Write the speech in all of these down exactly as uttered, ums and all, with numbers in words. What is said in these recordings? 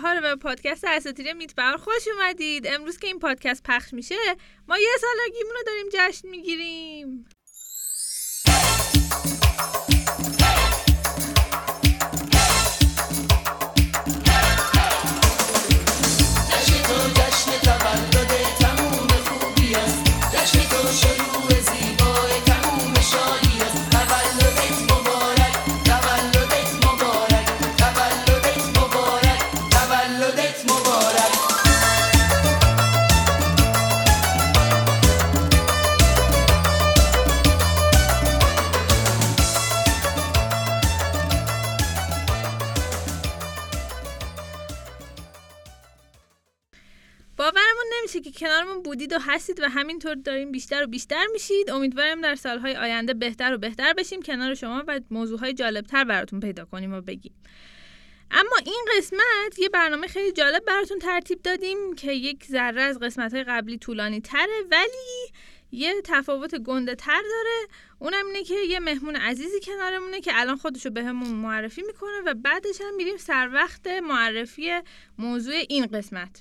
بهار و پادکست اساطیری میت بهار خوش اومدید. امروز که این پادکست پخش میشه ما یه سالگیمون رو داریم جشن میگیریم. باورمون نمیشه که کنارمون بودید و هستید و همینطور داریم بیشتر و بیشتر میشید. امیدوارم در سالهای آینده بهتر و بهتر بشیم کنار شما و موضوعهای جالبتر براتون پیدا کنیم و بگیم. اما این قسمت یه برنامه خیلی جالب براتون ترتیب دادیم که یک ذره از قسمت‌های قبلی طولانی تره ولی یه تفاوت گنده تر داره. اونم اینه که یه مهمون عزیزی کنارمونه که الان خودشو بهمون معرفی میکنه و بعدش هم میریم سر وقت معرفی موضوع این قسمت.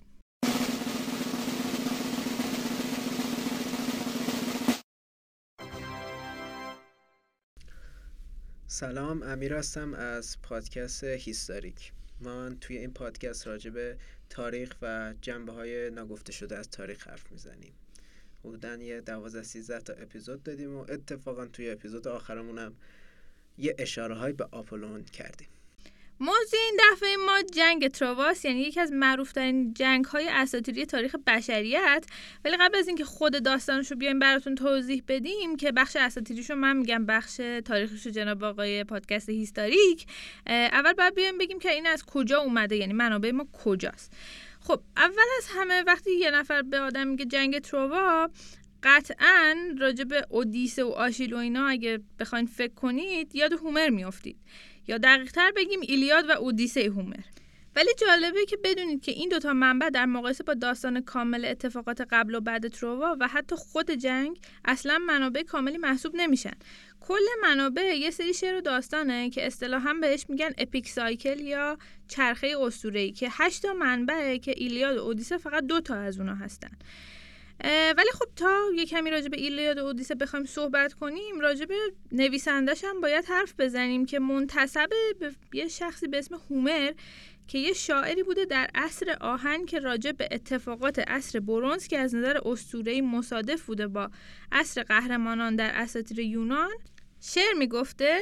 سلام، امیر هستم از پادکست هیستوریک. ما توی این پادکست راجع به تاریخ و جنبه‌های نگفته شده از تاریخ حرف میزنیم. حدوداً یه دوازده سیزده تا اپیزود دادیم و اتفاقاً توی اپیزود آخرمون هم یه اشاره‌های به آپولون کردیم. موضوع این دفعه ما جنگ ترواس، یعنی یکی از معروف‌ترین جنگ‌های اساطیری تاریخ بشریت. ولی قبل از اینکه خود داستانش رو بیایم براتون توضیح بدیم که بخش اساطیریشو من میگم، بخش تاریخیشو جناب آقای پادکست هیستوریک، اول باید بیایم بگیم که این از کجا اومده، یعنی منابع ما کجاست. خب اول از همه وقتی یه نفر به آدم میگه جنگ تروا، قطعاً راجع به اودیسه و آشیل و اینا اگه بخواید فکر کنید یاد هومر میافتید، یا دقیق‌تر بگیم ایلیاد و اودیسه هومر. ولی جالبه که بدونید که این دوتا منبع در مقایسه با داستان کامل اتفاقات قبل و بعد تروا و حتی خود جنگ اصلا منابع کاملی محسوب نمیشن. کل منابع یه سری شعر و داستانه که اصطلاحاً بهش میگن اپیک سایکل یا چرخه اسطوره‌ای که هشت تا منبعه که ایلیاد و اودیسه فقط دو تا از اونها هستن. ولی خب تا یه کمی راجع به ایلیاد و اودیسه بخوایم صحبت کنیم، راجع به نویسندش هم باید حرف بزنیم که منتسب به یه شخصی به اسم هومر که یه شاعری بوده در عصر آهن که راجع به اتفاقات عصر برنز که از نظر اسطوره‌ای مصادف بوده با عصر قهرمانان در اساطیر یونان شعر میگفته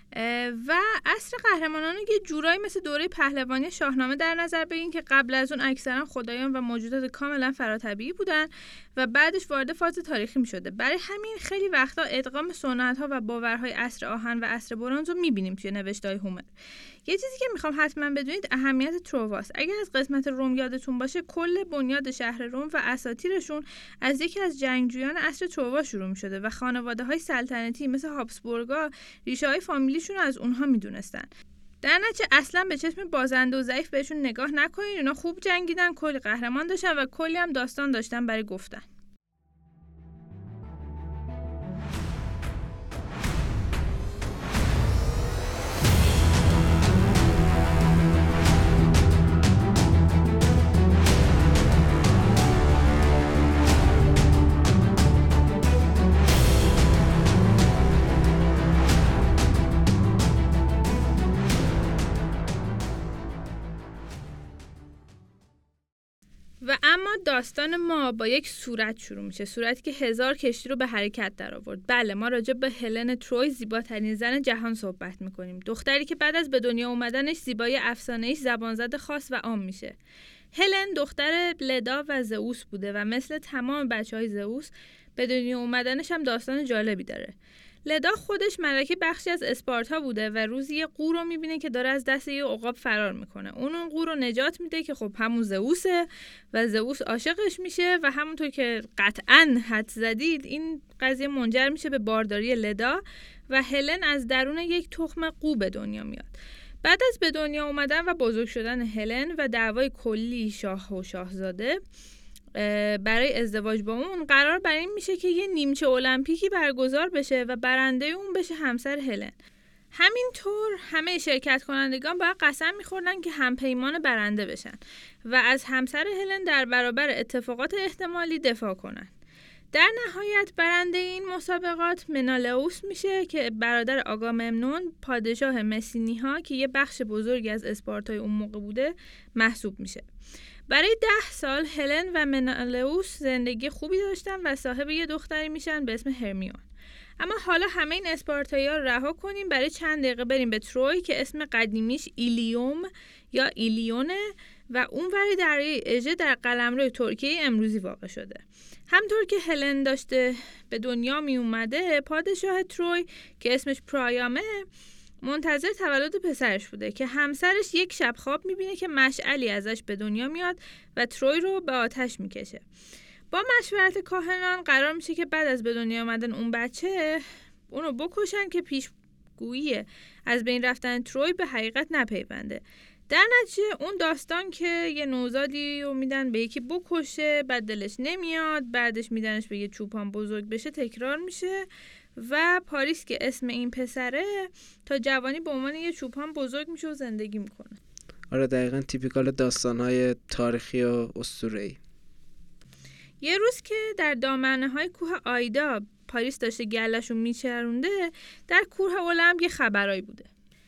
و عصر قهرمانان یه جورایی مثل دوره پهلوانی شاهنامه در نظر بگیرین که قبل از اون اکثرا خدایان و موجودات کاملا فراتبیعی بودن و بعدش وارد فاز تاریخی می شده. برای همین خیلی وقتا ادغام سنت‌ها و باورهای عصر آهن و عصر برنز رو می‌بینیم توی نوشته‌های هومر. یه چیزی که میخوام حتما بدونید اهمیت ترواس. اگر از قسمت روم یادتون باشه، کل بنیاد شهر روم و اساطیرشون از یکی از جنگجویان عصر تروا شروع می‌شده و خانواده‌های سلطنتی مثل هابسبورگا ریشه‌های فامیلیشون از اونها میدونستن. در نتیجه اصلا به چشم بازنده و ضعیف بهشون نگاه نکنید. اونا خوب جنگیدن، کلی قهرمان داشتن و کلی هم داستان داشتن برای گفتن. و اما داستان ما با یک صورت شروع میشه، صورتی که هزار کشتی رو به حرکت در آورد. بله، ما راجع به هلن تروی، زیباترین زن جهان صحبت میکنیم، دختری که بعد از به دنیا اومدنش زیبایی افسانه‌ایش زبانزد خاص و عام میشه. هلن دختر لدا و زئوس بوده و مثل تمام بچهای زئوس به دنیا اومدنش هم داستان جالبی داره. لدا خودش ملکه بخشی از اسپارتا بوده و روزی یه قور رو میبینه که داره از دست یه عقاب فرار میکنه. اون اون قور رو نجات میده که خب همون زئوسه و زئوس عاشقش میشه و همونطور که قطعاً حد زدید این قضیه منجر میشه به بارداری لدا و هلن از درون یک تخم قو به دنیا میاد. بعد از به دنیا اومدن و بزرگ شدن هلن و دعوای کلی شاه و شاهزاده برای ازدواج با اون، قرار بر این میشه که یه نیمچه المپیکی برگزار بشه و برنده اون بشه همسر هلن. همینطور همه شرکت کنندگان باید قسم می‌خوردن که همپیمان برنده بشن و از همسر هلن در برابر اتفاقات احتمالی دفاع کنن. در نهایت برنده این مسابقات منالیوس میشه که برادر آگاممنون پادشاه مسینی‌ها که یه بخش بزرگی از اسپارتای اون موقع بوده محسوب میشه. برای ده سال هلن و منالیوس زندگی خوبی داشتن و صاحب یه دختری میشن به اسم هرمیون. اما حالا همه این اسپارتایی‌ها رو رها کنیم، برای چند دقیقه بریم به تروی که اسم قدیمیش ایلیوم یا ایلیونه و اون وری دریای اژه در قلمرو ترکیه امروزی واقع شده. همطور که هلن داشته به دنیا می اومده، پادشاه تروی که اسمش پرایامه منتظر تولد پسرش بوده که همسرش یک شب خواب میبینه که مشعلی ازش به دنیا میاد و تروی رو به آتش میکشه. با مشورت کاهنان قرار میشه که بعد از به دنیا آمدن اون بچه اونو بکشن که پیشگویی از بین رفتن تروی به حقیقت نپیونده. در نتیجه اون داستان که یه نوزادی رو میدن به یکی بکشه، بعد دلش نمیاد، بعدش میدنش به یه چوپان بزرگ بشه تکرار میشه و پاریس که اسم این پسره تا جوانی به عنوان یه چوپان بزرگ میشه و زندگی میکنه. آره دقیقاً تیپیکال داستان‌های تاریخی و اسطوره‌ای. یه روز که در دامنه های کوه آیدا پاریس داشته گله‌شو میچرونده، در کوه المپ یه خبرایی بوده.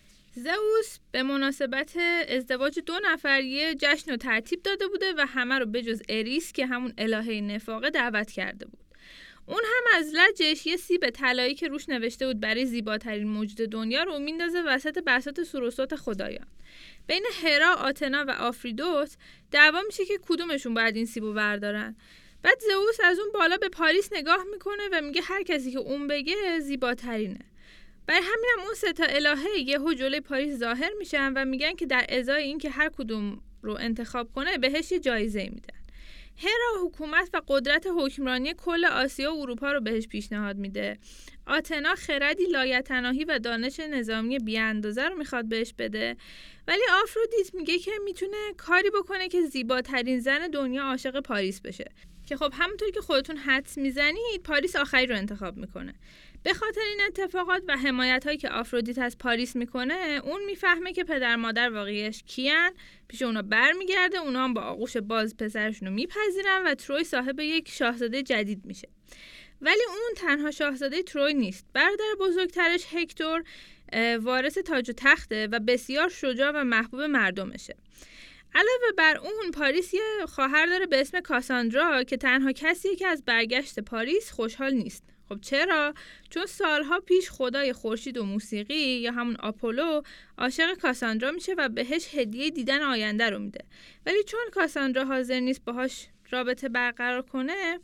زئوس به مناسبت ازدواج دو نفر یه جشن رو ترتیب داده بوده و همه رو بجز اریس که همون الهه نفاقه دعوت کرده بود. اون هم از لجش یه سیب طلایی که روش نوشته بود برای زیباترین موجود دنیا رو میندازه وسط بساط سروسات خدایان. بین هرا، آتنا و آفریدوس دعوا میشه که کدومشون باید این سیبو بردارن. بعد زئوس از اون بالا به پاریس نگاه میکنه و میگه هر کسی که اون بگه زیباترینه. برای همینم اون سه تا الهه یهو جلوی پاریس ظاهر میشن و میگن که در ازای این که هر کدوم رو انتخاب کنه بهش یه جایزه میدن. هرا حکومت و قدرت حکمرانی کل آسیا و اروپا رو بهش پیشنهاد میده. آتنا خردی لایتناهی و دانش نظامی بی‌اندازه رو میخواد بهش بده. ولی آفرودیت میگه که میتونه کاری بکنه که زیباترین زن دنیا عاشق پاریس بشه. که خب همونطور که خودتون حدس میزنید پاریس آخری رو انتخاب میکنه. به خاطر این اتفاقات و حمایت هایی که آفرودیت از پاریس میکنه، اون میفهمه که پدر مادر واقعیش کیان، پیش اونا برمیگرده، اونا هم با آغوش باز پسرشون رو میپذیرن و تروی صاحب یک شاهزاده جدید میشه. ولی اون تنها شاهزاده تروی نیست. برادر بزرگترش هکتور وارث تاج و تخته و بسیار شجاع و محبوب مردمشه. علاوه بر اون پاریس یه خواهر داره به اسم کاساندرا که تنها کسیه که از برگشت پاریس خوشحال نیست. خب چرا؟ چون سالها پیش خدای خورشید و موسیقی یا همون آپولو عاشق کاساندرا میشه و بهش هدیه دیدن آینده رو میده. ولی چون کاساندرا حاضر نیست باهاش رابطه برقرار کنه،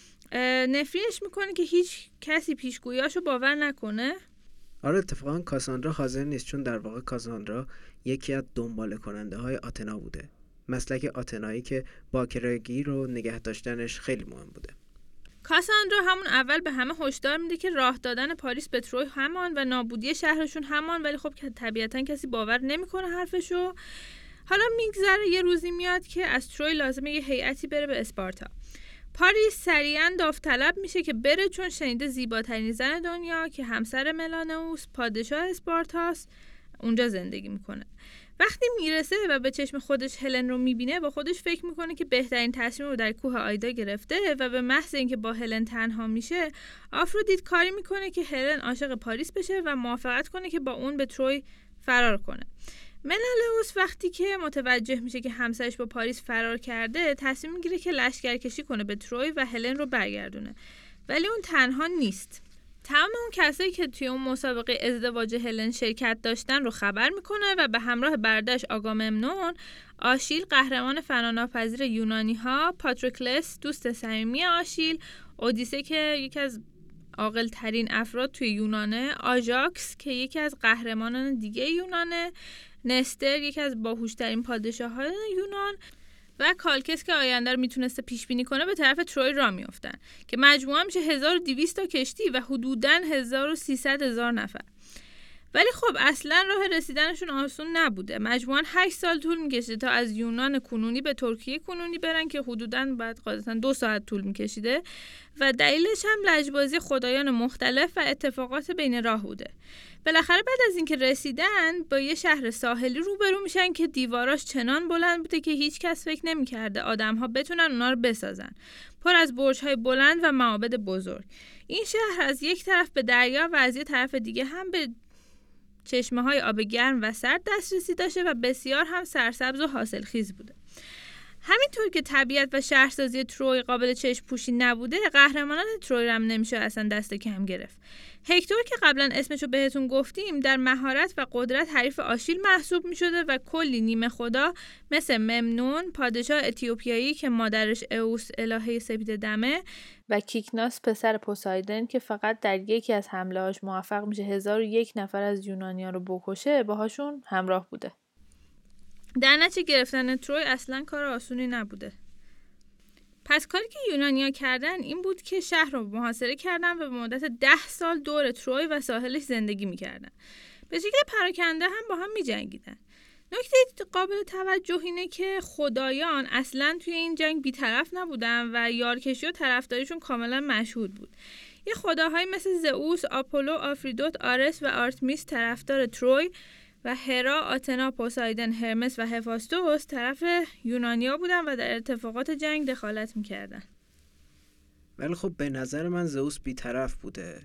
نفرینش میکنه که هیچ کسی پیشگویاشو باور نکنه. آره اتفاقا کاساندرا حاضر نیست، چون در واقع کاساندرا یکی از دنبال کننده های آتنا بوده. مسلک آتنایی که باکرگی رو نگه داشتنش خیلی مهم بوده. کاساندرا همون اول به همه هشدار میده که راه دادن پاریس به تروی همان و نابودی شهرشون همان، ولی خب طبیعتا کسی باور نمیکنه حرفشو. حالا میگذره یه روزی میاد که از تروی لازمه یه هیئتی بره به اسپارتا. پاریس سریعا داوطلب میشه که بره، چون شنیده زیباترین زن دنیا که همسر ملانئوس پادشاه اسپارتاست اونجا زندگی میکنه. وقتی میرسه و به چشم خودش هلن رو میبینه، با خودش فکر میکنه که بهترین تصمیم رو در کوه آیدا گرفته و به محض اینکه با هلن تنها میشه، آفرودیت کاری میکنه که هلن عاشق پاریس بشه و موافقت کنه که با اون به تروی فرار کنه. منالیوس وقتی که متوجه میشه که همسرش با پاریس فرار کرده، تصمیم میگیره که لشکرکشی کنه به تروی و هلن رو برگردونه. ولی اون تنها نیست. تمام اون کسایی که توی اون مسابقه ازدواج هلن شرکت داشتن رو خبر میکنه و به همراه برادرش آگاممنون، آشیل قهرمان فناناپذیر یونانی ها، پاتروکلس دوست صمیمی آشیل، اودیسه که یکی از عاقل ترین افراد توی یونانه، آژاکس که یکی از قهرمانان دیگه یونانه، نستر یکی از باهوشترین پادشاهان یونان و کالکس که آینده رو میتونسته پیش بینی کنه به طرف تروی راه میافتن که مجموعاً میشه هزار و دویست تا کشتی و حدوداً هزار و سیصد هزار نفر. ولی خب اصلا راه رسیدنشون آسون نبوده. مجموعاً هشت سال طول می‌کشیده تا از یونان کنونی به ترکیه کنونی برن که حدوداً بعد قاعدتاً دو ساعت طول می‌کشیده و دلیلش هم لجبازی خدایان مختلف و اتفاقات بین راه بوده. بالاخره بعد از اینکه رسیدن با یه شهر ساحلی روبرو میشن که دیواراش چنان بلند بوده که هیچ کس فکر نمی‌کرده آدم‌ها بتونن اونا رو بسازن. پر از برج‌های بلند و معابد بزرگ. این شهر از یک طرف به دریا و از یک طرف دیگه هم به چشمه‌های آب گرم و سرد دسترسی داشته و بسیار هم سرسبز و حاصلخیز بوده. همینطور که طبیعت و شهرسازی تروی قابل چشم پوشی نبوده، قهرمانان تروی هم نمیشه اصلا دست کم گرفت. هکتور که قبلا اسمشو بهتون گفتیم در مهارت و قدرت حریف آشیل محسوب میشده و کلی نیمه خدا مثل ممنون پادشاه اتیوپیایی که مادرش اوس الهه سپید دمه و کیکناس پسر پوسایدن که فقط در یکی از حمله‌هاش موفق میشه هزار و یک نفر از یونانیان رو بکشه باهاشون همراه بوده. در نتیجه گرفتن تروی اصلا کار آسونی نبوده. پس کاری که یونانی‌ها کردن این بود که شهر رو محاصره کردن و به مدت ده سال دور تروی و ساحلش زندگی می‌کردن. به شکل پراکنده هم با هم می‌جنگیدن. نکته قابل توجه اینه که خدایان اصلا توی این جنگ بی‌طرف نبودن و یارکشی و طرفداریشون کاملا مشهود بود. یه خداهایی مثل زئوس، آپولو، آفریدوت، آرس و آرتمیس طرفدار تروی و هرا، آتنا، پوسایدن، هرمس و هفاستوس طرف یونانیا بودن و در اتفاقات جنگ دخالت میکردن. ولی خب به نظر من زئوس بی‌طرف بوده،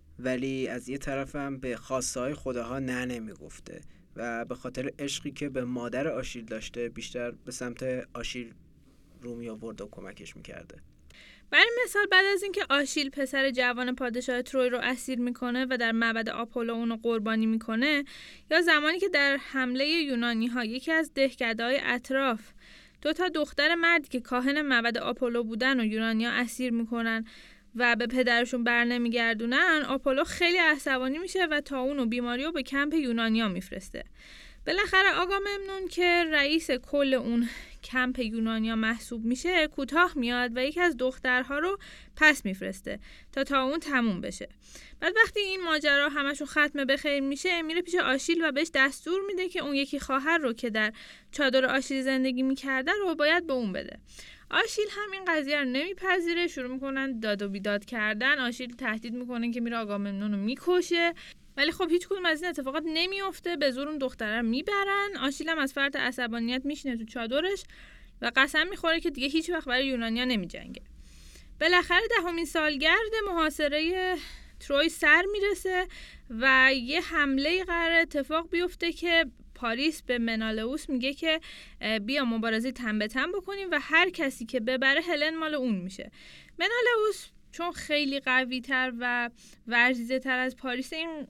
ولی از یه طرفم به خواسته‌های خداها نه نمیگفته و به خاطر عشقی که به مادر آشیل داشته بیشتر به سمت آشیل رو می آورد و کمکش میکرده. برای مثال بعد از اینکه آشیل پسر جوان پادشاه تروی رو اسیر میکنه و در معبد آپولو اونو قربانی میکنه، یا زمانی که در حمله یونانی ها یکی از دهکده‌های اطراف دو تا دختر مردی که کاهن معبد آپولو بودن و یونانی ها اسیر میکنن و به پدرشون بر نمیگردونن، آپولو خیلی عصبانی میشه و تا اونو بیماریو به کمپ یونانی ها میفرسته. بالاخره آگاممنون که رئیس کل اون کمپ یونانیا محسوب میشه کوتاه میاد و یکی از دخترها رو پس میفرسته تا تا اون تموم بشه. بعد وقتی این ماجرا همشون ختم به خیر میشه میره پیش آشیل و بهش دستور میده که اون یکی خواهر رو که در چادر آشیل زندگی میکرده رو باید به اون بده. آشیل همین قضیه رو نمیپذیره، شروع میکنن داد و بیداد کردن. آشیل تهدید میکنه که میره آگاممنون رو میکشه، ولی خب هیچ کدوم از این اتفاقات نمیافته. به زور اون دختره رو میبرن. آشیل هم از فرط عصبانیت میشینه تو چادرش و قسم میخوره که دیگه هیچ وقت برای یونانیا نمیجنگه. بالاخره دهمین سالگرد محاصره تروی سر میرسه و یه حمله قرار اتفاق بیفته که پاریس به منالیوس میگه که بیا مبارزه تن به تن بکنیم و هر کسی که ببره هلن مال اون میشه. منالیوس چون خیلی قوی تر و ورزیده تر از پاریس این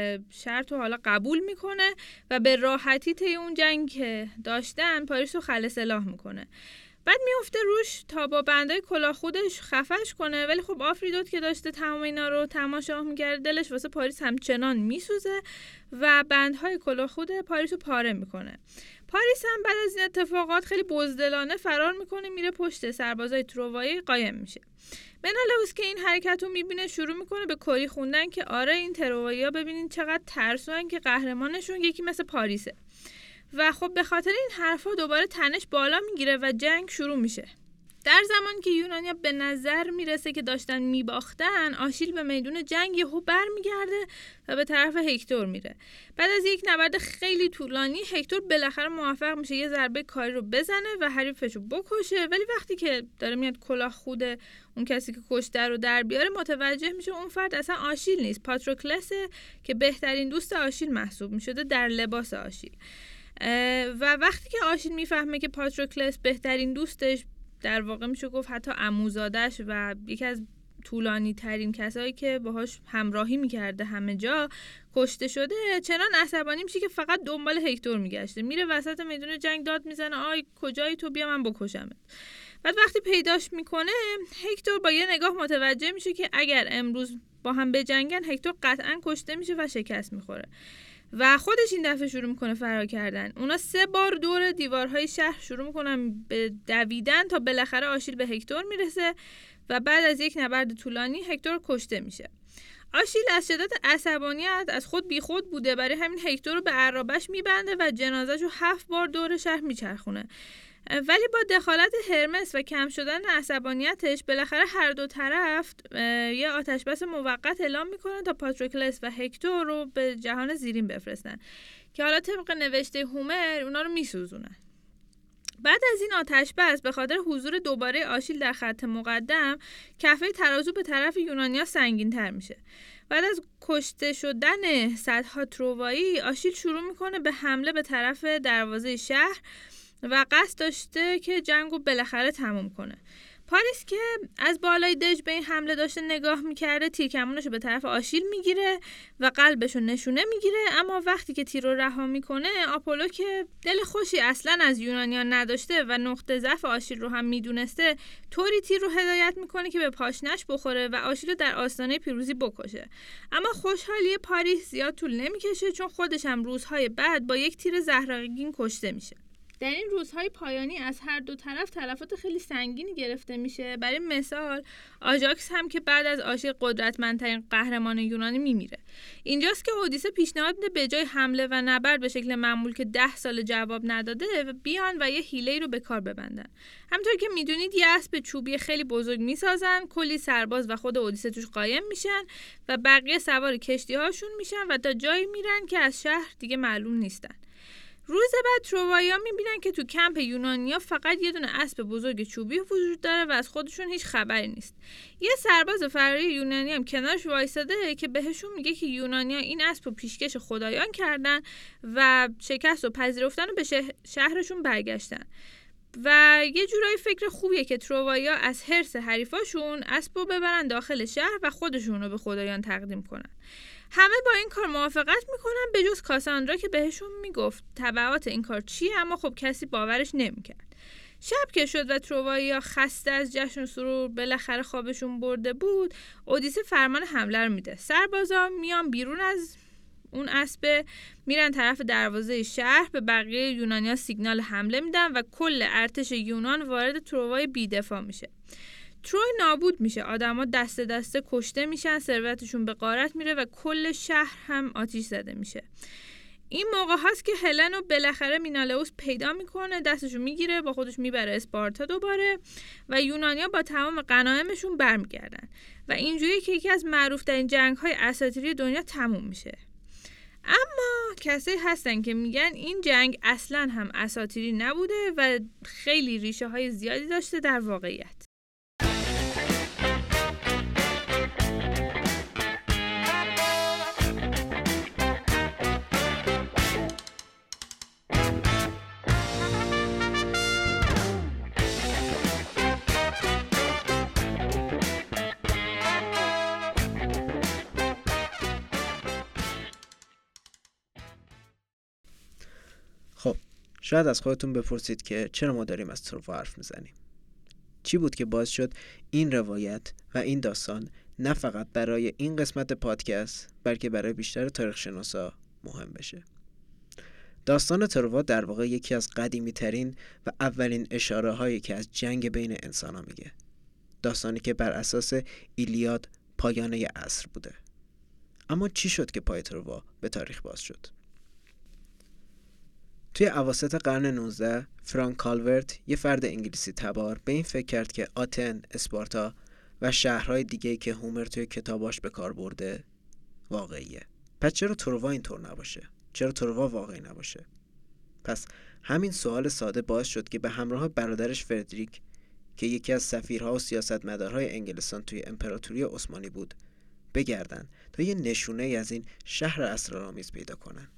شرط رو حالا قبول میکنه و به راحتی طی اون جنگ که داشتن پاریس رو خلسلاح میکنه. بعد میفته روش تا با بندای کلاه خودش خفش کنه، ولی خب آفریدوت که داشته تمام اینا رو تماشا می‌کرد دلش واسه پاریس همچنان میسوزه و بندهای کلاه خود پاریس رو پاره میکنه. پاریس هم بعد از این اتفاقات خیلی بزدلانه فرار میکنه، میره پشت سربازای تروایی قایم میشه. منالیوس که این حرکت رو میبینه شروع میکنه به کری خوندن که آره این تروایی‌ها ببینین چقدر ترسوان که قهرمانشون یکی مثل پاریسه. و خب به خاطر این حرفا دوباره تنش بالا میگیره و جنگ شروع میشه. در زمانی که یونانیا به نظر میرسه که داشتن میباختن، آشیل به میدون جنگ یهو برمیگرده و به طرف هکتور میره. بعد از یک نبرد خیلی طولانی هکتور بالاخره موفق میشه یه ضربه کاری رو بزنه و حریفشو بکشه، ولی وقتی که داره میاد کلاه خود اون کسی که کشته رو در بیاره متوجه میشه اون فرد اصلا آشیل نیست، پاتروکلسه که بهترین دوست آشیل محسوب میشده در لباس آشیل. و وقتی که آشیل میفهمه که پاتروکلس بهترین دوستش در واقع میشه گفت حتی عموزادش و یکی از طولانی ترین کسایی که باهاش همراهی میکرده همه جا کشته شده، چنان عصبانی میشه که فقط دنبال هکتور میگشته. میره وسط میدون جنگ داد میزنه آی کجایی تو، بیا من بکشمت. بعد وقتی پیداش میکنه هکتور با یه نگاه متوجه میشه که اگر امروز با هم بجنگن هکتور قطعا کشته میشه و شکست میخوره و خودش این دفعه شروع میکنه فرار کردن. اونا سه بار دور دیوارهای شهر شروع میکنن به دویدن تا بالاخره آشیل به هکتور میرسه و بعد از یک نبرد طولانی هکتور کشته میشه. آشیل از شدت عصبانیت از خود بیخود بوده، برای همین هکتور رو به عرابش میبنده و جنازه‌ش رو هفت بار دور شهر میچرخونه. ولی با دخالت هرمس و کم شدن عصبانیتش بالاخره هر دو طرف یه آتش بس موقت اعلام میکنن تا پاتروکلس و هکتور رو به جهان زیرین بفرستن که حالا طبق نوشته هومر اونا رو میسوزونن. بعد از این آتش بس به خاطر حضور دوباره آشیل در خط مقدم کفه ترازو به طرف یونانیا سنگین تر میشه. بعد از کشته شدن صدها تروایی آشیل شروع میکنه به حمله به طرف دروازه شهر و قصد داشته که جنگو بالاخره تموم کنه. پاریس که از بالای دژ به این حمله داشته نگاه میکرده تیرکمونشو به طرف آشیل میگیره و قلبشو نشونه میگیره، اما وقتی که تیر رو رها میکنه آپولو که دل خوشی اصلا از یونانیان نداشته و نقطه ضعف آشیل رو هم میدونسته طوری تیر رو هدایت میکنه که به پاشنش بخوره و آشیل رو در آستانه پیروزی بکشه. اما خوشحالی پاریس زیاد طول نمیکشه چون خودش هم روزهای بعد با یک تیر زهرگین کشته میشه. در این روزهای پایانی از هر دو طرف تلفات خیلی سنگینی گرفته میشه. برای مثال آژاکس هم که بعد از آشیل قدرتمندترین قهرمان یونانی میمیره. اینجاست که اودیسه پیشنهاد میده به جای حمله و نبرد به شکل معمول که ده سال جواب نداده و بیان و یه حیله‌ای رو به کار ببندن. همونطور که میدونید یه اسب چوبی خیلی بزرگ میسازن، کلی سرباز و خود اودیسه توش قایم میشن و بقیه سوار کشتی‌هاشون میشن و تا جایی میرن که از شهر دیگه معلوم نیستن. روز بعد ترووایا میبینن که تو کمپ یونانیا فقط یه دونه اسب بزرگ چوبی وجود داره و از خودشون هیچ خبری نیست. یه سرباز فراری یونانی هم کنارش وایساده که بهشون میگه که یونانیا این اسب رو پیشکش خدایان کردن و شکست و پذیرفتن و به شهرشون برگشتن. و یه جورایی فکر خوبیه که ترووایا از حرص حریفاشون اسب رو ببرن داخل شهر و خودشون رو به خدایان تقدیم کنن. همه با این کار موافقت میکنن به جز کاساندرا که بهشون میگفت تبعات این کار چیه، اما خب کسی باورش نمیکرد. شب که شد و ترووایا خسته از جشن و سرور بالاخره خوابشون برده بود، اودیسه فرمان حمله رو میده. سربازا میان بیرون از اون اسب، میرن طرف دروازه شهر، به بقیه یونانیا سیگنال حمله میدن و کل ارتش یونان وارد تروای بی‌دفاع میشه. تروی نابود میشه، آدما دسته دسته کشته میشن، ثروتشون به غارت میره و کل شهر هم آتیش زده میشه. این موقع هست که هلن رو بالاخره مینالئوس پیدا میکنه، دستشو میگیره با خودش میبره اسپارتا دوباره و یونانیا با تمام غنایمشون برمیگردن و اینجوری که یکی از معروف‌ترین جنگ‌های اساطیری دنیا تموم میشه. اما کسایی هستن که میگن این جنگ اصلاً هم اساطیری نبوده و خیلی ریشه های زیادی داشته در واقعیت. خب شاید از خودتون بپرسید که چرا ما داریم از تروا حرف میزنیم؟ چی بود که باعث شد این روایت و این داستان نه فقط برای این قسمت پادکست بلکه برای بیشتر تاریخ شناسا مهم بشه؟ داستان تروا در واقع یکی از قدیمی ترین و اولین اشاره هایی که از جنگ بین انسان ها میگه. داستانی که بر اساس ایلیاد پایانه عصر بوده. اما چی شد که پای تروا به تاریخ باز شد؟ توی اواسط قرن نوزده فرانک کالورت، یه فرد انگلیسی تبار، به این فکر کرد که آتن، اسپارتا و شهرهای دیگه‌ای که هومر توی کتاباش به کار برده واقعیه. پس چرا تروا اینطور نباشه؟ چرا تروا واقعی نباشه؟ پس همین سوال ساده باعث شد که به همراه برادرش فردریک که یکی از سفیرها و سیاستمدارهای انگلستان توی امپراتوری عثمانی بود بگردن تا یه نشونه از این شهر اسرارآمیز پیدا کنن.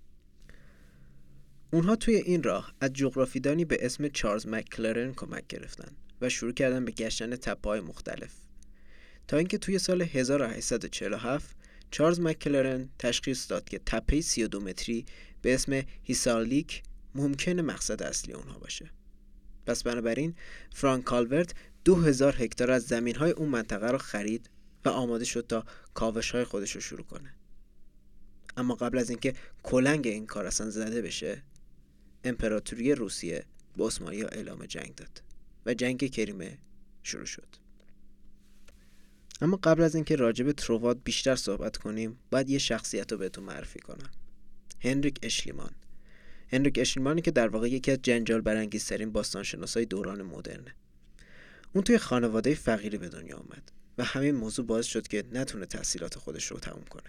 اونها توی این راه از جغرافیدانی به اسم چارلز مکلرن کمک گرفتن و شروع کردن به گشتن تپه‌های مختلف تا اینکه توی سال هزار و هشتصد و چهل و هفت چارلز مکلرن تشخیص داد که تپه سی و دو متری به اسم هیسارلیک ممکنه مقصد اصلی اونها باشه. پس بنابراین فرانک کالورت دو هزار هکتار از زمین‌های اون منطقه رو خرید و آماده شد تا کاوش‌های خودش رو شروع کنه. اما قبل از اینکه کلنگ این کار اصلا زده بشه، امپراتوری روسیه به عثمانی‌ها اعلام جنگ داد و جنگ کریمه شروع شد. اما قبل از اینکه راجع به تروا بیشتر صحبت کنیم باید یه شخصیت رو بهتون معرفی کنم. هنریک اشلیمان. هنریک اشلیمانی که در واقع یکی از جنجال برانگیزترین باستانشناسای دوران مدرنه. اون توی خانواده فقیری به دنیا آمد و همین موضوع باعث شد که نتونه تحصیلات خودش رو تموم کنه.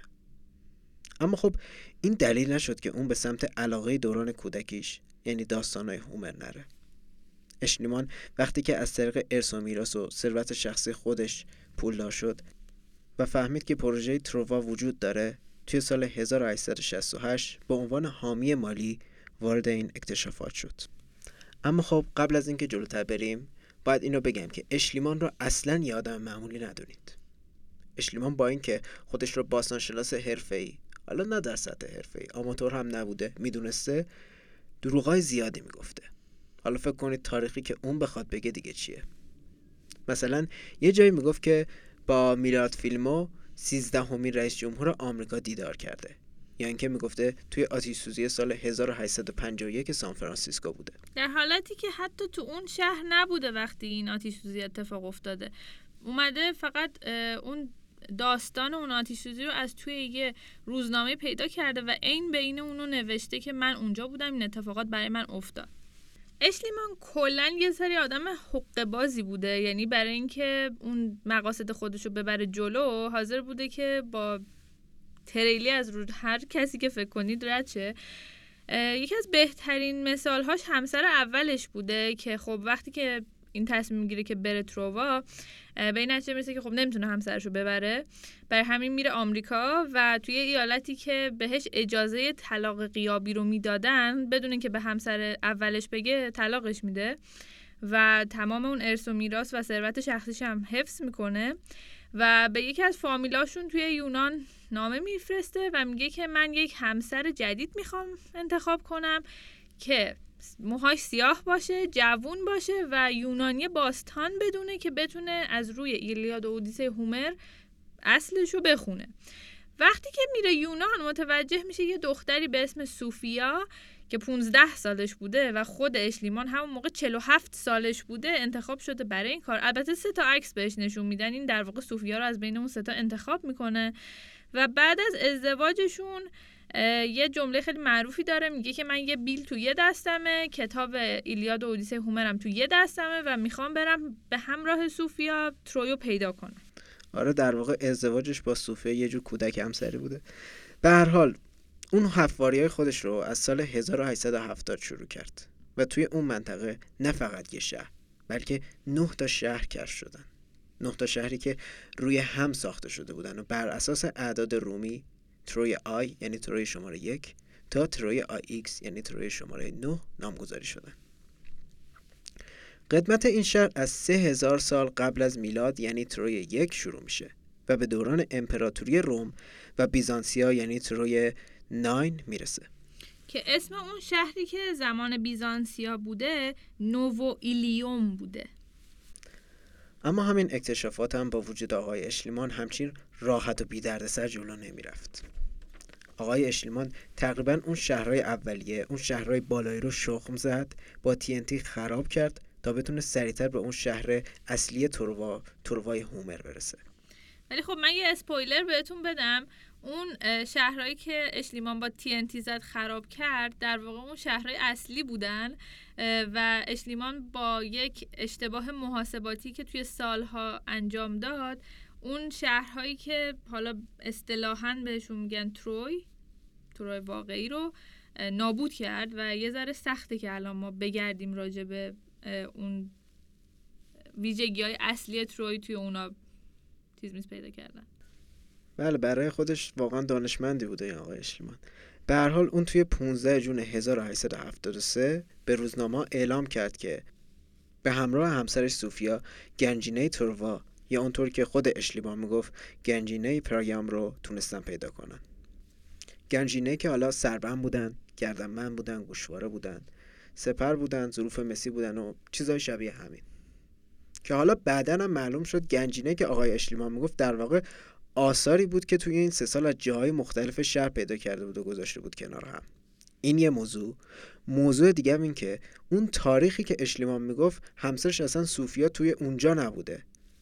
اما خب این دلیل نشد که اون به سمت علاقه دوران کودکیش یعنی داستان‌های هومر نره. اشلیمان وقتی که از طریق ارث و میراث و ثروت شخصی خودش پولدار شد و فهمید که پروژه تروا وجود داره، توی سال هزار و هشتصد و شصت و هشت به عنوان حامی مالی وارد این اکتشافات شد. اما خب قبل از اینکه جلوتر بریم باید اینو بگم که اشلیمان رو اصلاً یه آدم معمولی ندونید. اشلیمان با اینکه خودش رو باستانشناس حرفه‌ای، حالا نه در سطح حرفه‌ای، آماتور هم نبوده، میدونسته، دروغای زیادی میگفته. حالا فکر کنید تاریخی که اون بخواد بگه دیگه چیه. مثلا یه جایی میگفت که با میلاد فیلمو سیزدهمین رئیس جمهور آمریکا دیدار کرده، یا اینکه میگفته توی آتش سوزی سال هزار و هشتصد و پنجاه و یک سان فرانسیسکو بوده، در حالتی که حتی تو اون شهر نبوده وقتی این آتش سوزی اتفاق افتاده. اومده فقط اون داستان اون آتش سوزی رو از توی یه روزنامه پیدا کرده و عین به این اونو نوشته که من اونجا بودم، این اتفاقات برای من افتاد. اشلیمان کلا یه سری آدم حقه بازی بوده، یعنی برای اینکه اون مقاصد خودشو ببره جلو حاضر بوده که با تریلی از رو هر کسی که فکر کنید رد شه. یکی از بهترین مثالهاش همسر اولش بوده که خب وقتی که این تصمیم میگیره که بره تروا به این نتیجه میرسه که خب نمیتونه همسرشو ببره، برای همین میره آمریکا و توی ایالتی که بهش اجازه طلاق غیابی رو میدادن بدون اینکه به همسر اولش بگه طلاقش میده و تمام اون ارث و میراث و ثروت شخصیش هم حفظ میکنه و به یکی از فامیلاشون توی یونان نامه میفرسته و میگه که من یک همسر جدید میخوام انتخاب کنم که موهاش سیاه باشه، جوون باشه و یونانی باستان بدونه که بتونه از روی ایلیاد و اودیسه هومر اصلشو بخونه. وقتی که میره یونان متوجه میشه یه دختری به اسم سوفیا که پونزده سالش بوده و خود اشلیمان همون موقع چهل و هفت سالش بوده انتخاب شده برای این کار. البته سه تا عکس بهش نشون میدن، این در واقع سوفیا رو از بین اون سه تا انتخاب میکنه و بعد از ازدواجشون یه جمله خیلی معروفی داره، میگه که من یه بیل تو یه دستمه، کتاب ایلیاد و اودیسه هومرم تو یه دستمه و میخوام برم به همراه سوفیا ترویو پیدا کنم. آره در واقع ازدواجش با سوفیا یه جور کودک همسری بوده. به هر حال اون حفاریای خودش رو از سال هزار و هشتصد و هفتاد شروع کرد و توی اون منطقه نه فقط یه شهر بلکه نه تا شهر کشف شدن. نه تا شهری که روی هم ساخته شده بودن و بر اساس اعداد رومی تروی آی یعنی تروی شماره یک تا تروی آی ایکس یعنی تروی شماره نه نامگذاری شدن. قدمت این شهر از سه هزار سال قبل از میلاد یعنی تروی یک شروع میشه و به دوران امپراتوری روم و بیزانسیا یعنی تروی نه میرسه که اسم اون شهری که زمان بیزانسیا بوده نوو ایلیوم بوده. اما همین اکتشافات هم با وجود آقای اشلیمان همچین راحت و بی دردسر جلو نمیرفت. آقای اشلیمان تقریبا اون شهرهای اولیه، اون شهرهای بالایی رو شخم زد، با تی ان تی خراب کرد تا بتونه سریعتر به اون شهر اصلی تروا، تروای هومر برسه. ولی خب من یه اسپویلر بهتون بدم، اون شهرهایی که اشلیمان با تی ان تی زد خراب کرد در واقع اون شهرهای اصلی بودن و اشلیمان با یک اشتباه محاسباتی که توی سالها انجام داد اون شهرهایی که حالا اصطلاحاً بهشون میگن تروی، تروی واقعی رو نابود کرد و یه ذره سخته که الان ما بگردیم راجع به اون ویژگی‌های اصلی تروی توی اونا چیز میز پیدا کردن. بله برای خودش واقعا دانشمندی بوده این آقای اشلیمان. به هر حال اون توی پانزده ژوئن هزار و هشتصد و هفتاد و سه به روزنامه اعلام کرد که به همراه همسرش سوفیا گنجینه تروا یا اونطور که خود اشلیمان میگفت گنجینه پراگام رو تونستن پیدا کنن. گنجینه که حالا سربند بودن، گردنبند بودن، گوشواره بودن، سپر بودن، ظروف مسی بودن و چیزای شبیه همین. که حالا بعداً هم معلوم شد گنجینه که آقای اشلیمان میگفت در واقع آثاری بود که توی این سه سال از جاهای مختلف شهر پیدا کرده بود و گذاشته بود کنار هم. این یه موضوع. موضوع دیگه هم این که اون تاریخی که اشلیمان میگفت همسرش اصلا سوفیا توی اونجا نبوده.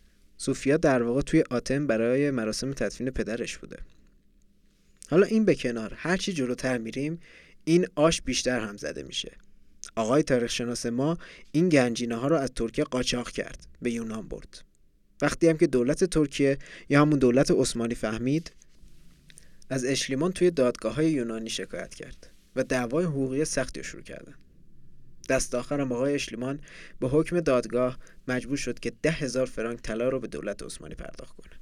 سوفیا در واقع توی آتن برای مراسم تدفین پدرش بوده. حالا این به کنار، هرچی جلوتر میریم این آش بیشتر هم زده میشه. آقای تاریخ شناس ما این گنجینه ها رو از ترکیه قاچاق کرد، به یونان برد. وقتی هم که دولت ترکیه یا همون دولت عثمانی فهمید، از اشلیمان توی دادگاه‌های یونانی شکایت کرد و دعوای حقوقی سختی شروع کردن. دست آخرم آقای اشلیمان به حکم دادگاه مجبور شد که ده هزار فرانک طلا رو به دولت عثمانی پرداخت کنه.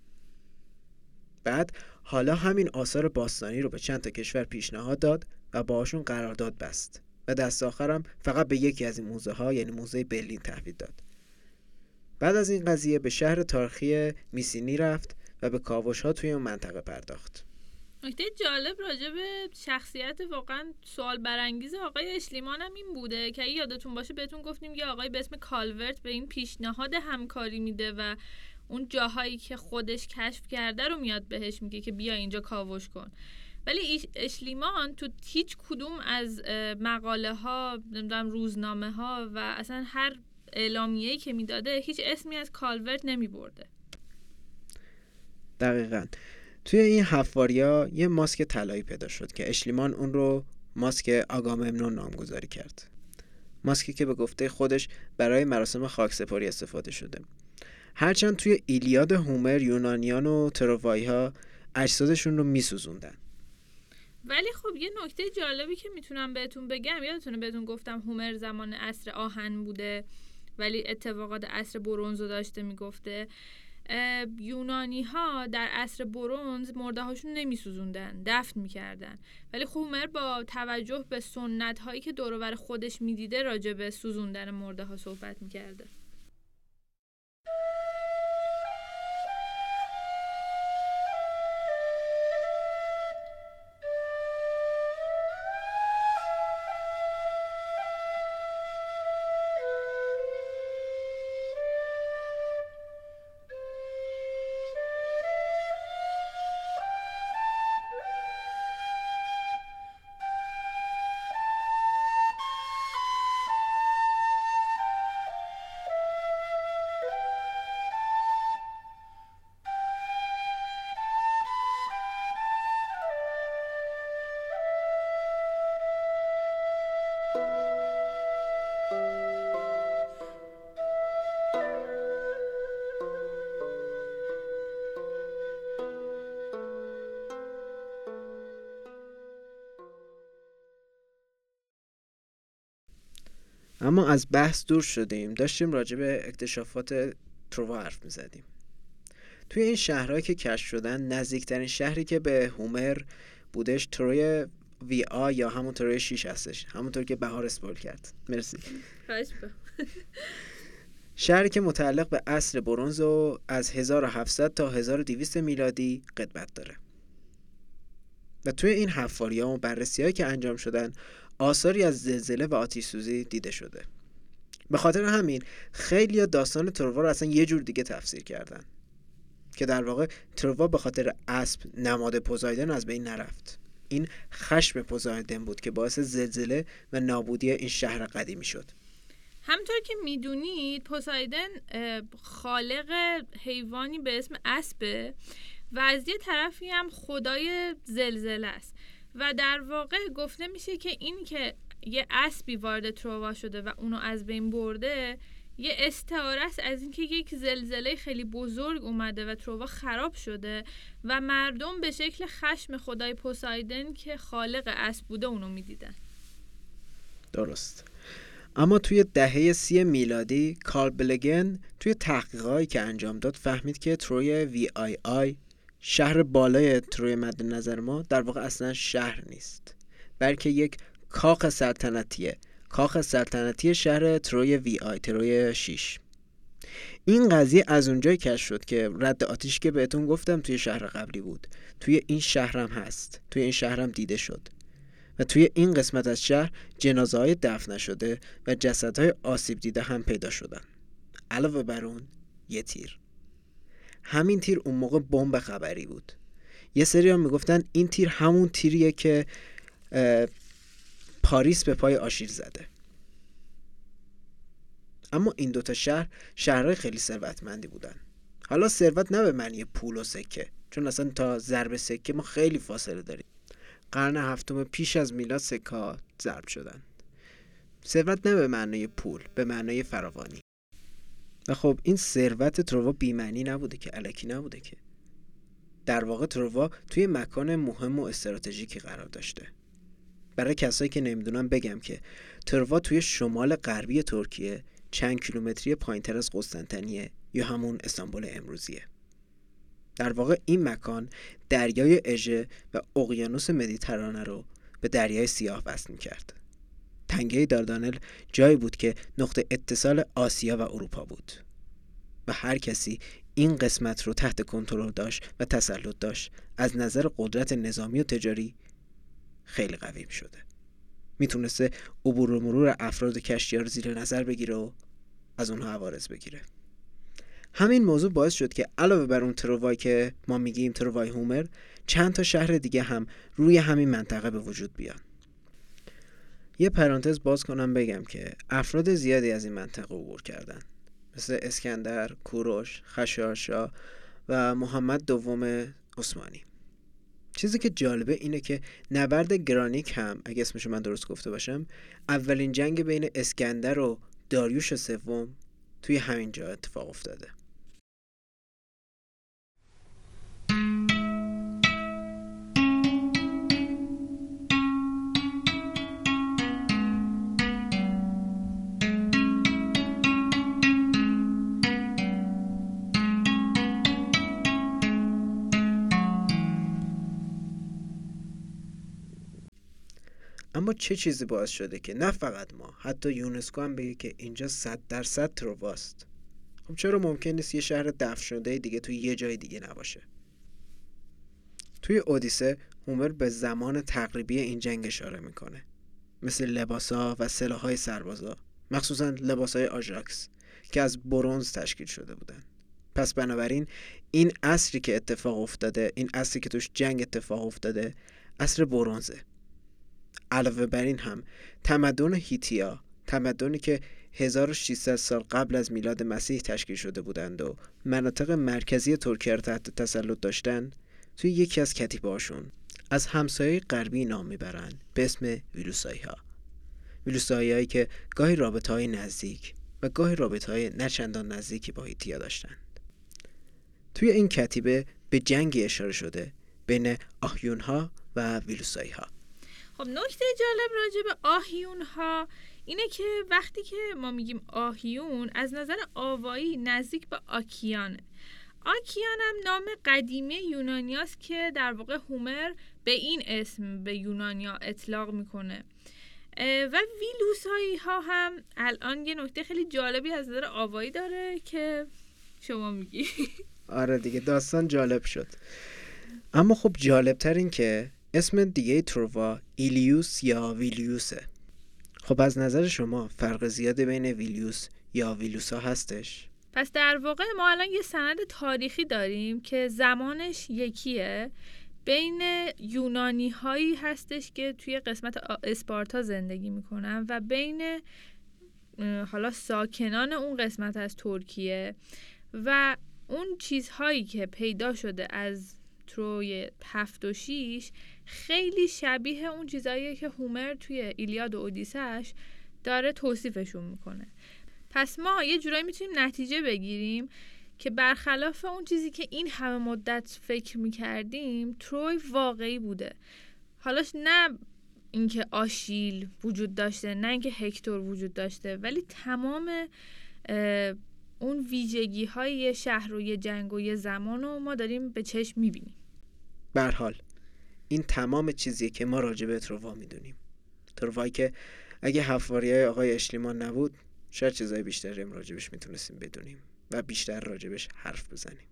بعد حالا همین آثار باستانی رو به چند تا کشور پیشنهاد داد و باهاشون قرارداد بست و دست آخرم فقط به یکی از این موزه ها یعنی موزه برلین تحویل داد. بعد از این قضیه به شهر تاریخی میسینی رفت و به کاوش ها توی اون منطقه پرداخت. نکته جالب راجع به شخصیت واقعا سوال برانگیز آقای اشلیمان هم این بوده که یادتون باشه بهتون گفتیم یه آقای به اسم کالورت به این پیشنهاد همکاری میده و اون جاهایی که خودش کشف کرده رو میاد بهش میگه که بیا اینجا کاوش کن. ولی اشلیمان تو هیچ کدوم از مقاله ها، نمیدونم روزنامه ها و اصلا هر اعلامیه‌ای که میداده هیچ اسمی از کالورت نمیبرده. دقیقاً. توی این حفاریا یه ماسک طلایی پیدا شد که اشلیمان اون رو ماسک آگاممنون نامگذاری کرد. ماسکی که به گفته خودش برای مراسم خاکسپاری استفاده شده. هرچند توی ایلیاد هومر یونانیان و تروایی ها اجسادشون رو میسوزوندن. ولی خب یه نکته جالبی که میتونم بهتون بگم، یادتونه بهتون گفتم هومر زمان عصر آهن بوده ولی اتفاقات عصر برنز رو داشته میگفته. یونانی ها در عصر برنز مرده هاشون نمی سوزوندن، دفن میکردن. ولی هومر با توجه به سنت هایی که دور و بر خودش میدیده راجع به سوزوندن مرده ها صحبت میکرده. اما از بحث دور شدیم، داشتیم راجع به اکتشافات تروا حرف میزدیم. توی این شهرهایی که کشف شدن نزدیکترین شهری که به هومر بودش تروی وی آ یا همون تروی شیش هستش، همونطور که بهار اسپویل کرد. مرسی. شهری که متعلق به عصر برنز و از هزار و هفتصد تا هزار و دویست میلادی قدمت داره. و توی این حفاری‌ها و بررسی‌هایی که انجام شدن آثاری از زلزله و آتش سوزی دیده شده. به خاطر همین خیلی داستان تروا رو اصلا یه جور دیگه تفسیر کردن که در واقع تروا به خاطر اسب نماد پوزایدن از بین نرفت. این خشم پوزایدن بود که باعث زلزله و نابودی این شهر قدیمی شد. همطور که میدونید پوسایدن خالق حیوانی به اسم اسبه و از یه طرفی هم خدای زلزله است و در واقع گفته میشه که این که یه اسبی وارد تروا شده و اونو از بین برده یه استعاره است از اینکه یک زلزله خیلی بزرگ اومده و تروا خراب شده و مردم به شکل خشم خدای پوسایدن که خالق اسب بوده اونو میدیدن. درست. اما توی دهه سی میلادی کارل بلگن توی تحقیقاتی که انجام داد فهمید که تروی وی آی آی، شهر بالای تروی مد نظر ما، در واقع اصلا شهر نیست بلکه یک کاخ سلطنتیه، کاخ سلطنتی شهر تروی وی آی، تروی شیش. این قضیه از اونجایی کشف شد که رد آتش که بهتون گفتم توی شهر قبلی بود توی این شهرم هست، توی این شهرم دیده شد و توی این قسمت از شهر جنازه های دفن نشده و جسدهای آسیب دیده هم پیدا شدن. علاوه بر اون یه تیر. همین تیر اون موقع بمب خبری بود. یه سری هم میگفتن این تیر همون تیریه که پاریس به پای آشیل زده. اما این دوتا شهر شهرهای خیلی ثروتمندی بودن. حالا ثروت نه به معنی پول و سکه، چون اصلا تا ضرب سکه ما خیلی فاصله داریم. قرن هفتم پیش از میلاد سکه‌ها ضرب شدن. ثروت نه به معنی پول، به معنی فراوانی. و خب این ثروت تروا بی‌معنی نبوده که، الکی نبوده که. در واقع تروا توی مکان مهم و استراتژیکی قرار داشته. برای کسایی که نمیدونن بگم که تروا توی شمال غربی ترکیه چند کیلومتری پایین‌تر از قسطنطنیه یا همون استانبول امروزیه. در واقع این مکان دریای اژه و اقیانوس مدیترانه رو به دریای سیاه وصل می‌کرد. تنگه داردانل جایی بود که نقطه اتصال آسیا و اروپا بود و هر کسی این قسمت رو تحت کنترل داشت و تسلط داشت از نظر قدرت نظامی و تجاری خیلی قوی شده. میتونسته عبور و مرور افراد و کشتی‌ها رو زیر نظر بگیره و از اونها عوارض بگیره. همین موضوع باعث شد که علاوه بر اون تروای که ما میگیم تروای هومر، چند تا شهر دیگه هم روی همین منطقه به وجود بیان. یه پرانتز باز کنم بگم که افراد زیادی از این منطقه عبور کردن، مثل اسکندر، کوروش، خشایارشا و محمد دوم عثمانی. چیزی که جالبه اینه که نبرد گرانیک هم، اگه اسمشو من درست گفته باشم، اولین جنگ بین اسکندر و داریوش سوم توی همین جا اتفاق افتاده. اما چه چیزی باعث شده که نه فقط ما، حتی یونسکو هم بگه که اینجا صد درصد ترواست؟ خب چرا ممکن نیست یه شهر دفن شده دیگه توی یه جای دیگه نباشه؟ توی اودیسه هومر به زمان تقریبی این جنگ اشاره میکنه، مثل لباسا و سلاح‌های سربازا، مخصوصا لباسای آژاکس که از برنز تشکیل شده بودن. پس بنابراین این عصری که اتفاق افتاده، این عصری که توش جنگ اتفاق افتاده، عصر برنزه. علاوه بر این هم تمدن هیتیا، تمدنی که هزار و ششصد سال قبل از میلاد مسیح تشکیل شده بودند و مناطق مرکزی ترکیه را تحت تسلط داشتن، توی یکی از کتیبه‌هاشون از همسایه غربی نام میبرن به اسم ویلوسایی ها. ویلوسایی هایی که گاهی رابطه های نزدیک و گاهی رابطه های نچندان نزدیکی با هیتیا داشتن. توی این کتیبه به جنگی اشاره شده بین آهیون ها و ویلوسایی ها. خب نکته جالب راجع به آهیون ها اینه که وقتی که ما میگیم آهیون، از نظر آوایی نزدیک به آکیانه. آکیان هم نام قدیمی یونانیاست که در واقع هومر به این اسم به یونانیا اطلاق میکنه. و ویلوسایی ها هم الان یه نکته خیلی جالبی از نظر آوایی داره که شما میگی. آره دیگه داستان جالب شد. اما خب جالبتر این که اسم دیگه تروا ایلیوس یا ویلیوسه. خب از نظر شما فرق زیاده بین ویلیوس یا ویلوسا هستش؟ پس در واقع ما الان یه سند تاریخی داریم که زمانش یکیه، بین یونانی هایی هستش که توی قسمت اسپارتا زندگی میکنن و بین حالا ساکنان اون قسمت از ترکیه، و اون چیزهایی که پیدا شده از تروی هفت و شیش خیلی شبیه اون چیزهاییه که هومر توی ایلیاد و اودیسه‌اش داره توصیفشون میکنه. پس ما یه جورایی میتونیم نتیجه بگیریم که برخلاف اون چیزی که این همه مدت فکر میکردیم، تروی واقعی بوده. حالاش نه اینکه آشیل وجود داشته، نه اینکه هکتور وجود داشته، ولی تمام اون ویژگی های یه شهر و یه جنگ و یه زمان رو ما داریم به چشم میبینیم. به هر حال این تمام چیزیه که ما راجع به تروا میدونیم. تروایی که اگه حفاریای آقای اشلیمان نبود، شاید چیزای بیشتری هم راجبش میتونستیم بدونیم و بیشتر راجبش حرف بزنیم.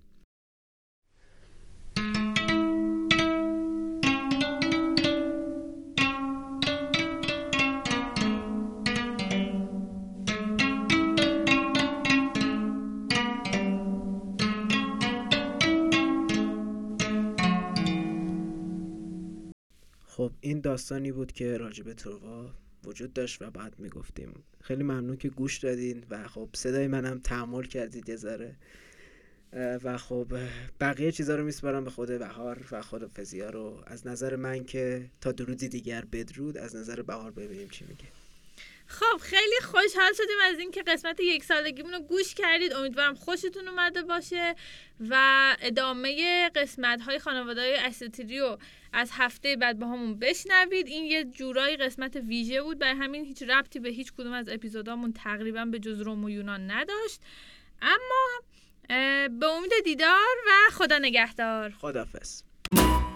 خب این داستانی بود که راجب تروا وجود داشت و بعد میگفتیم. خیلی ممنون که گوش دادین و خب صدای منم تحمل کردید یه ذره. و خب بقیه چیزا رو میسپارم به خود بهار و خدافظی‌ها رو از نظر من که تا درودی دیگر بدرود. از نظر بهار ببینیم چی میگه. خب خیلی خوشحال شدیم از این که قسمت یک سالگیمون رو گوش کردید. امیدوارم خوشتون اومده باشه و ادامه قسمت های خانواده های اساطیری رو از هفته بعد با همون بشنوید. این یه جورایی قسمت ویژه بود، برای همین هیچ ربطی به هیچ کدوم از اپیزودامون تقریبا به جز روم و یونان نداشت. اما به امید دیدار و خدا نگهدار. خداحافظ.